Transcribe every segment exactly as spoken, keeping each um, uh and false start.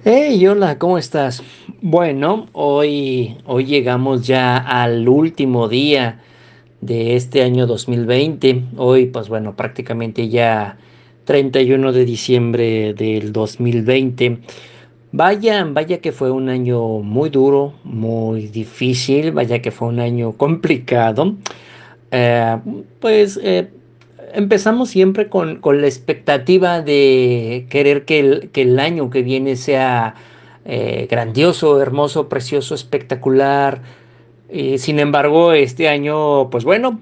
Hey, hola, ¿cómo estás? Bueno, hoy, hoy llegamos ya al último día de este año dos mil veinte. Hoy, pues bueno, prácticamente ya treinta y uno de diciembre del dos mil veinte. Vaya, vaya que fue un año muy duro, muy difícil, vaya que fue un año complicado. Eh, pues eh, Empezamos siempre con, con la expectativa de querer que el, que el año que viene sea eh, grandioso, hermoso, precioso, espectacular. Eh, sin embargo, este año, pues bueno,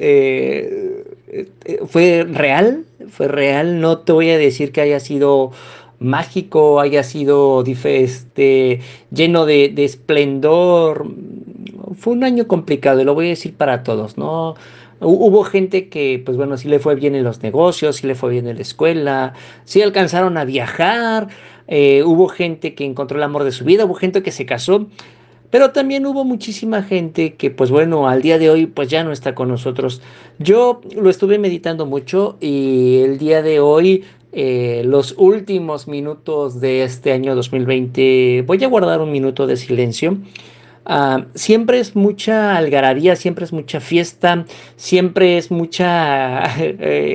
eh, eh, fue real, fue real. No te voy a decir que haya sido mágico, haya sido dif- este, lleno de, de esplendor. Fue un año complicado, y lo voy a decir para todos, ¿no? Hu- Hubo gente que, pues bueno, sí le fue bien en los negocios, sí le fue bien en la escuela, sí alcanzaron a viajar, eh, hubo gente que encontró el amor de su vida, hubo gente que se casó, pero también hubo muchísima gente que, pues bueno, al día de hoy, pues ya no está con nosotros. Yo lo estuve meditando mucho y el día de hoy, eh, los últimos minutos de este año dos mil veinte, voy a guardar un minuto de silencio. Ah, siempre es mucha algarabía, siempre es mucha fiesta, siempre es mucha, eh,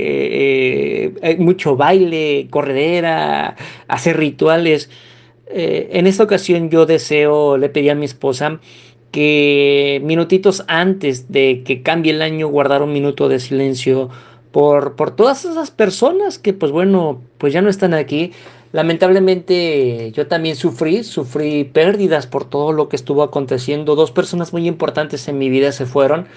eh, eh, mucho baile, corredera, hacer rituales. Eh, en esta ocasión yo deseo, le pedí a mi esposa que minutitos antes de que cambie el año guardar un minuto de silencio por, por todas esas personas que pues bueno, pues ya no están aquí. Lamentablemente yo también sufrí, sufrí pérdidas por todo lo que estuvo aconteciendo. Dos personas muy importantes en mi vida se fueron.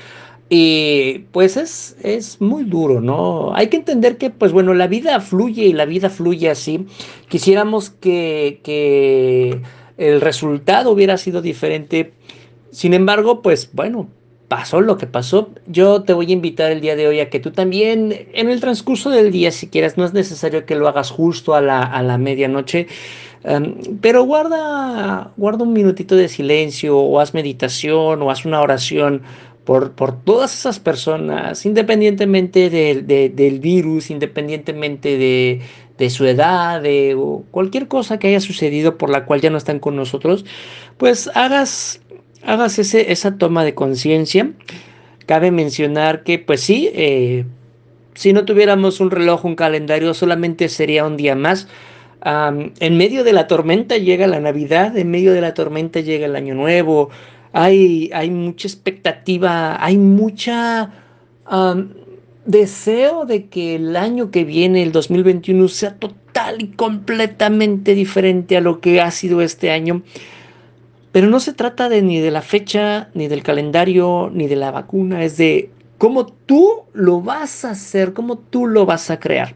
Y pues es, es muy duro, ¿no? Hay que entender que, pues bueno, la vida fluye y la vida fluye así. Quisiéramos que, que el resultado hubiera sido diferente. Sin embargo, pues bueno, pasó lo que pasó. Yo te voy a invitar el día de hoy a que tú también, en el transcurso del día, si quieres, no es necesario que lo hagas justo a la, a la medianoche, em, pero guarda, guarda un minutito de silencio o haz meditación o haz una oración por, por todas esas personas, independientemente del, de- del virus, independientemente de, de su edad, de o cualquier cosa que haya sucedido por la cual ya no están con nosotros, pues hagas, hagas ese, esa toma de conciencia. Cabe mencionar que, pues sí, eh, si no tuviéramos un reloj, un calendario, solamente sería un día más. Am, en medio de la tormenta llega la Navidad, en medio de la tormenta llega el Año Nuevo. Hay, hay mucha expectativa, hay mucha am, deseo de que el año que viene, el dos mil veintiuno, sea total y completamente diferente a lo que ha sido este año. Pero no se trata de ni de la fecha, ni del calendario, ni de la vacuna, es de cómo tú lo vas a hacer, cómo tú lo vas a crear.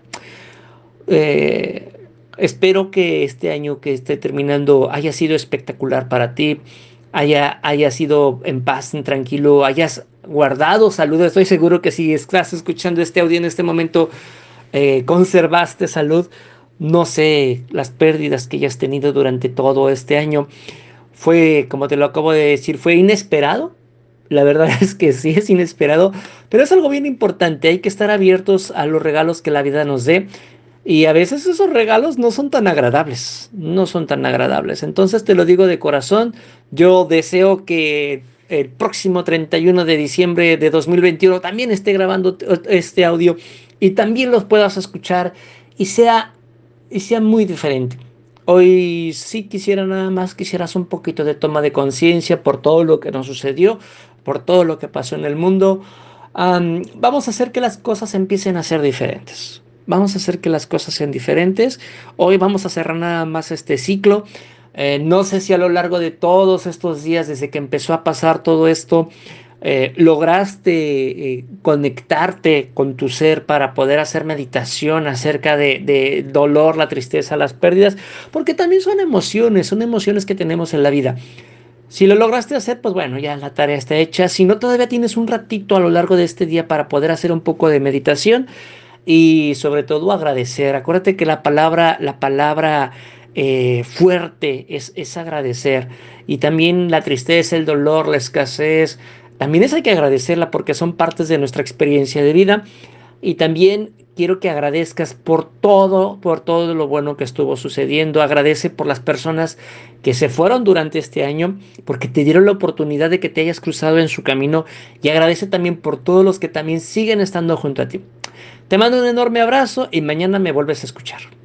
Eh, Espero que este año que esté terminando haya sido espectacular para ti, haya, haya sido en paz, en tranquilo, hayas guardado salud. Estoy seguro que si estás escuchando este audio en este momento, eh, conservaste salud. No sé las pérdidas que hayas tenido durante todo este año. Fue, como te lo acabo de decir, fue inesperado. La verdad es que sí es inesperado, pero es algo bien importante. Hay que estar abiertos a los regalos que la vida nos dé. Y a veces esos regalos no son tan agradables, no son tan agradables. Entonces te lo digo de corazón, yo deseo que el próximo treinta y uno de diciembre de dos mil veintiuno también esté grabando este audio y también los puedas escuchar y sea, y sea muy diferente. Hoy sí quisiera nada más, quisieras un poquito de toma de conciencia por todo lo que nos sucedió, por todo lo que pasó en el mundo. Am, vamos a hacer que las cosas empiecen a ser diferentes. Vamos a hacer que las cosas sean diferentes. Hoy vamos a cerrar nada más este ciclo. Eh, no sé si a lo largo de todos estos días, desde que empezó a pasar todo esto, eh, lograste eh, conectarte con tu ser para poder hacer meditación acerca de, de dolor, la tristeza, las pérdidas, porque también son emociones, son emociones que tenemos en la vida. Si lo lograste hacer, pues bueno, ya la tarea está hecha. Si no, todavía tienes un ratito a lo largo de este día para poder hacer un poco de meditación y sobre todo agradecer. Acuérdate que la palabra, la palabra eh, fuerte es, es agradecer. Y también la tristeza, el dolor, la escasez, también es hay que agradecerla porque son partes de nuestra experiencia de vida. Y también quiero que agradezcas por todo, por todo lo bueno que estuvo sucediendo. Agradece por las personas que se fueron durante este año, porque te dieron la oportunidad de que te hayas cruzado en su camino. Y agradece también por todos los que también siguen estando junto a ti. Te mando un enorme abrazo y mañana me vuelves a escuchar.